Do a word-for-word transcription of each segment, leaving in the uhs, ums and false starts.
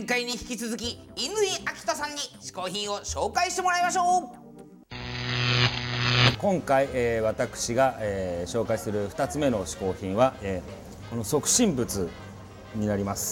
前回に引き続き乾明人さんに嗜好品を紹介してもらいましょう。 今回、えー、私が、えー、紹介するふたつめの嗜好品は、えー、この即身仏になります。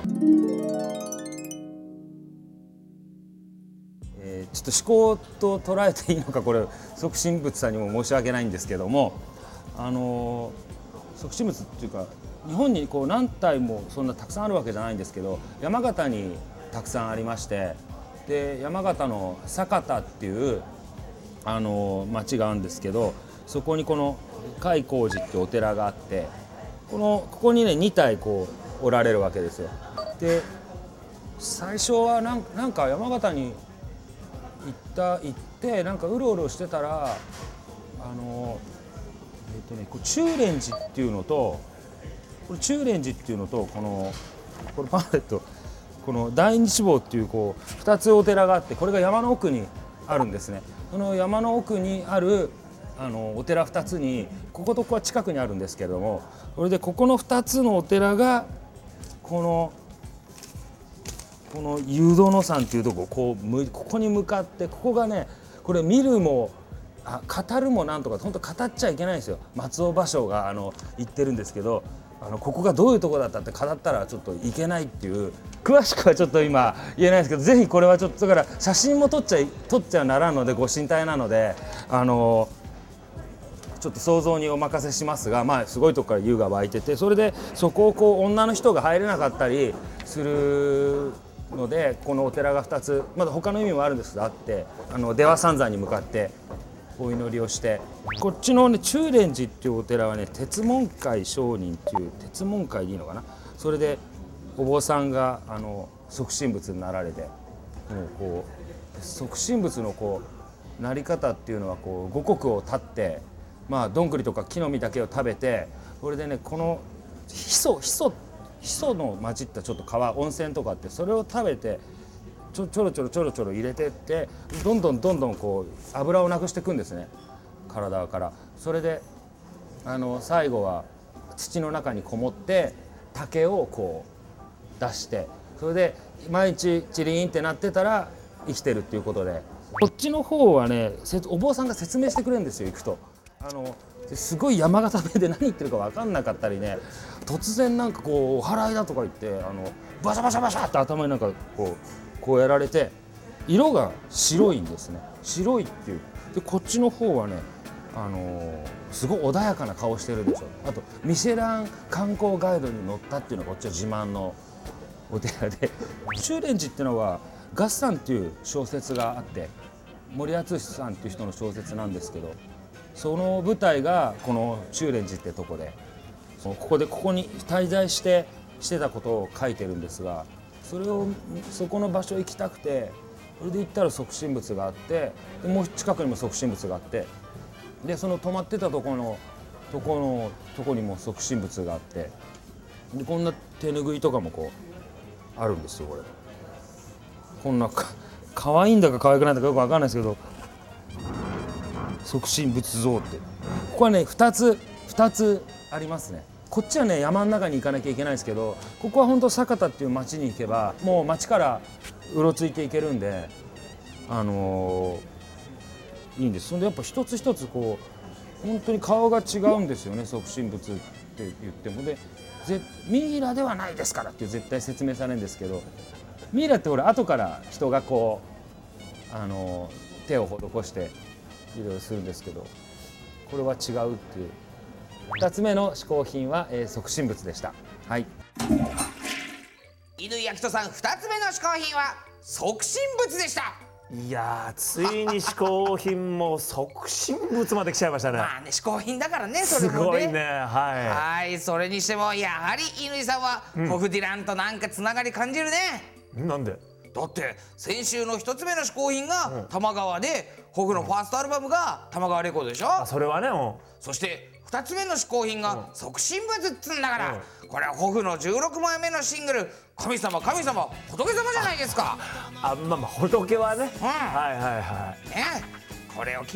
えー、ちょっと嗜好と捉えていいのか、これ即身仏さんにも申し訳ないんですけども、あのー、即身仏っていうか日本にこう何体もそんなたくさんあるわけじゃないんですけど、山形にたくさんありまして、で山形の酒田っていうあの町があるんですけど、そこにこの海光寺っていうお寺があって、このここにねにたいこうおられるわけですよ。で最初はなんなんか山形に行った行ってなんかうろうろしてたら、あのえっとねこれ中蓮寺っていうのとこれ中蓮寺っていうのとこのこれパンフレットこの大日坊っていうこうふたつお寺があって、これが山の奥にあるんですね。その山の奥にあるあのお寺ふたつにこことここは近くにあるんですけれども、それでここのふたつのお寺がこのこの湯殿山っていうとここうここに向かって、ここがねこれ見るもあ語るもなんとか本当語っちゃいけないんですよ。松尾芭蕉があの言ってるんですけど、あのここがどういうとこだったって語ったらちょっといけないっていう、詳しくはちょっと今言えないですけど、ぜひこれはちょっとだから写真も撮っちゃい撮っちゃならんのでご神体なので、あのちょっと想像にお任せしますが、まあすごいとこから湯が湧いてて、それでそこをこう女の人が入れなかったりするので、このお寺がふたつまだ他の意味もあるんですけどあって、あの出羽三山に向かってお祈りをして、こっちのね中蓮寺っていうお寺はね鉄門会上人っていう鉄門会でいいのかな、それでお坊さんがあの即身仏になられて、もうこう即身仏のこうなり方っていうのはこう五穀を断って、まあどんぐりとか木の実だけを食べて、それでねこのヒ素ヒ素ヒ素の混じったちょっと川温泉とかあって、それを食べてちょちょろちょろちょろちょろ入れてって、どんどんどんどんこう油をなくしていくんですね、体から。それであの最後は土の中にこもって竹をこう出して、それで毎日チリーンってなってたら生きてるっていうことで、こっちの方はねお坊さんが説明してくれるんですよ、行くと。あのすごい山形弁で何言ってるか分かんなかったりね、突然なんかこう「お祓いだ」とか言ってあのバシャバシャバシャって頭になんかこうこうやられて、色が白いんですね。白いっていうで、こっちの方はねあのー、すごい穏やかな顔してるでしょ。あとミシェラン観光ガイドに載ったっていうのがこっちは自慢のお寺で、中蓮寺っていうのは月山っていう小説があって、森敦さんっていう人の小説なんですけど、その舞台がこの中蓮寺ってとこで、そのここでここに滞在してしてたことを書いてるんですが、それをそこの場所行きたくて、それで行ったら即身仏があって、でもう近くにも即身仏があって、でその泊まってたとこのとこのとこにも即身仏があって、でこんな手ぬぐいとかもこうあるんですよ。これこんなか可愛いんだか可愛くないんだかよく分かんないですけど、即身仏像って、ここはねふたつふたつありますね。こっちはね山の中に行かなきゃいけないですけど、ここは本当酒田っていう町に行けばもう町からうろついていけるんで、あのー、いいんです。それでやっぱ一つ一つこう本当に顔が違うんですよね、即身仏って言っても。でミイラではないですからって絶対説明されるんですけど、ミイラってほら後から人がこう、あのー、手を施していろいろするんですけど、これは違うっていう。ふたつめの嗜好品は、えー、即身仏でした。はい。 乾明人さんふたつめの嗜好品は即身仏でした。 いやー、ついに嗜好品も即身仏まで来ちゃいましたね。 まあね、嗜好品だからね、それもね。 すごいね、はい。 はい、それにしてもやはり乾さんは、うん、ホフディランとなんかつながり感じるね。 なんで？ だって先週のひとつめの嗜好品が玉川で、ホフのファーストアルバムが玉川レコードでしょ。 あ、それはね。うん、 そしてふたつめの嗜好品が即身仏っつうんだから、うん、これはホフのじゅうろくまいめのシングル「神様神様仏様」じゃないですか。 あ、まあまあ仏はね、うん、はいはいはい。 ね、これを機に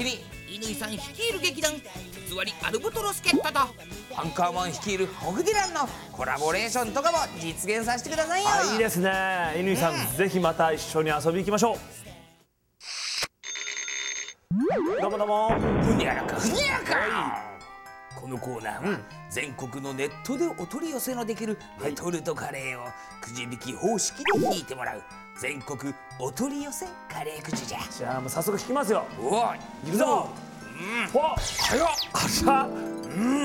乾さん率いる劇団偽りアルブトロスケットとアンカーマン率いるホグディランのコラボレーションとかも実現させてくださいよ。 あ、いいですね。乾さん、 うん、 ぜひまた一緒に遊び行きましょう。どうもどうも。 ふにゃらかふにゃらか。このコーナーは、うん、全国のネットでお取り寄せのできるレトルトカレーをくじ引き方式で引いてもらう全国お取り寄せカレーくじじゃ。 じゃあもう早速引きますよ。 おお、 いくぞ。 うん、 ほっ、はよっ、あら、うん、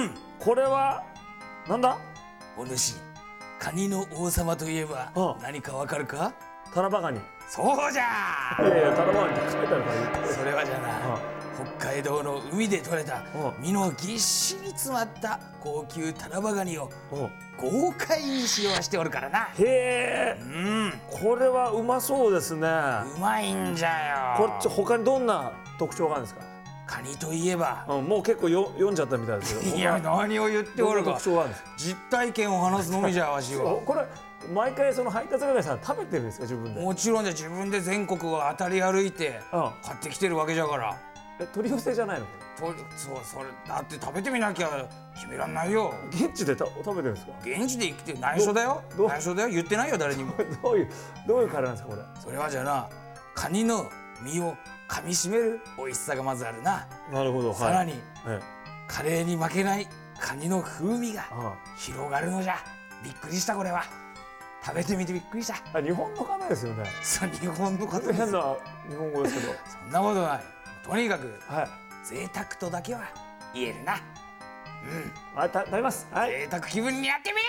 これはなんだ。 お主、カニの王様といえば何かわかるか。 タラバガニ。 そうじゃ。 いやいや、タラバガニって書いてあるから。 それはじゃな、北海道の海で採れた身のぎっしり詰まった高級タラバガニを豪快に使用しておるからな。 へえ、うん、これはうまそうですね。 うまいんじゃよ。こっち他にどんな特徴があるんですか。 カニといえば、 うん、もう結構よ読んじゃったみたいですけど。 いや、何を言っておるか。 特徴があるんです。 実体験を話すのみじゃわしは。 これ毎回その配達係さん食べてるんですか、自分で。 もちろんじゃ、自分で全国を当たり歩いて買ってきてるわけじゃから。 え、取り寄せじゃないの。 そう、それだって食べてみなきゃ決めらんないよ。 現地でた食べてるんですか。 現地で生きて内緒だよ。内緒だよ。言ってないよ、誰にも。 どういうどういうカレーなんですか、これ。 それはじゃな、カニの身を噛みしめる美味しさがまずあるな。 なるほど。 さらに、 はい、 カレーに負けないカニの風味が広がるのじゃ。びっくりした、これは。食べてみてびっくりした。 あ、日本の方ですよね。 そう、日本の方です。 変な日本語ですけど。 そんなことない。とにかく、 はい、 贅沢とだけは言えるな。うん。 あ、た食べます。はい。 贅沢気分にやってみ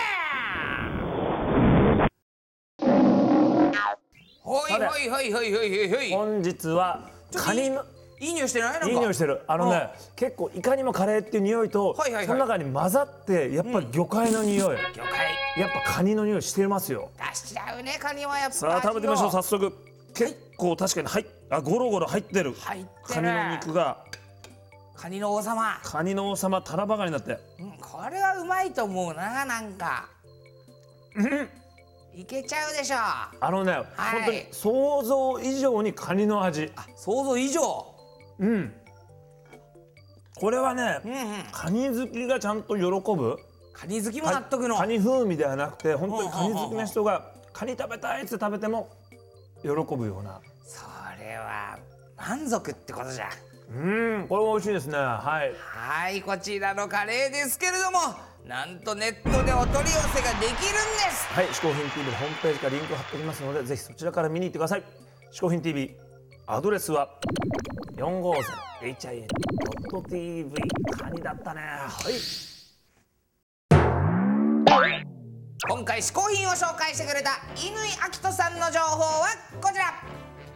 ー。ほいほいほいほいほいほい。 本日はカニの。 いい匂いしてない？なんかいい匂いしてる。あのね、結構いかにもカレーっていう匂いと、その中に混ざってやっぱ魚介の匂い、 魚介、 やっぱカニの匂いしてますよ。 出しちゃうね、カニはやっぱ。 さあ食べてみましょう、早速。結構確かに、はい、あ、ゴロゴロ入ってる。 入ってる。 カニの肉が。 カニの王様。 カニの王様、タラバガニだって。 うん、これはうまいと思うな、なんか。うん。いけちゃうでしょ。 あのね、はい、本当に想像以上にカニの味。 あ、想像以上。 うん。これはね、 うんうん、 カニ好きがちゃんと喜ぶ。 カニ好きも納得の。 カニ風味ではなくて、本当にカニ好きな人がカニ食べたいって食べても喜ぶような。 それは満足ってことじゃ。 うん、これも美味しいですね。はい。 はい、こちらのカレーですけれども、なんとネットでお取り寄せができるんです。 はい、嗜好品 ティーブイ のホームページからリンクを貼っておきますので、ぜひそちらから見に行ってください。嗜好品 ティーブイ、アドレスは よんごーぜろエイチアイエヌドットティーブイ。 カニだったね。はい。 今回嗜好品を紹介してくれた乾明人さんの情報はこちら。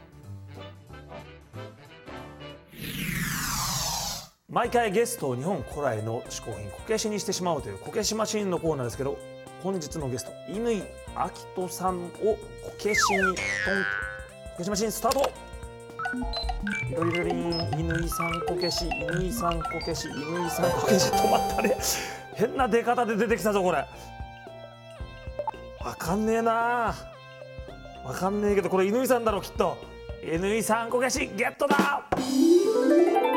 毎回ゲストを日本古来の嗜好品こけしにしてしまおうというこけしマシーンのコーナーですけど、本日のゲスト乾明人さんをこけしにトン。こけしマシーンスタート。リロリロリン、乾さんこけし、乾さんこけし、乾さんこけし。止まったね。変な出方で出てきたぞこれ。わかんねえな。わかんねえけど、これ乾さんだろきっと。乾さんこけしゲットだ。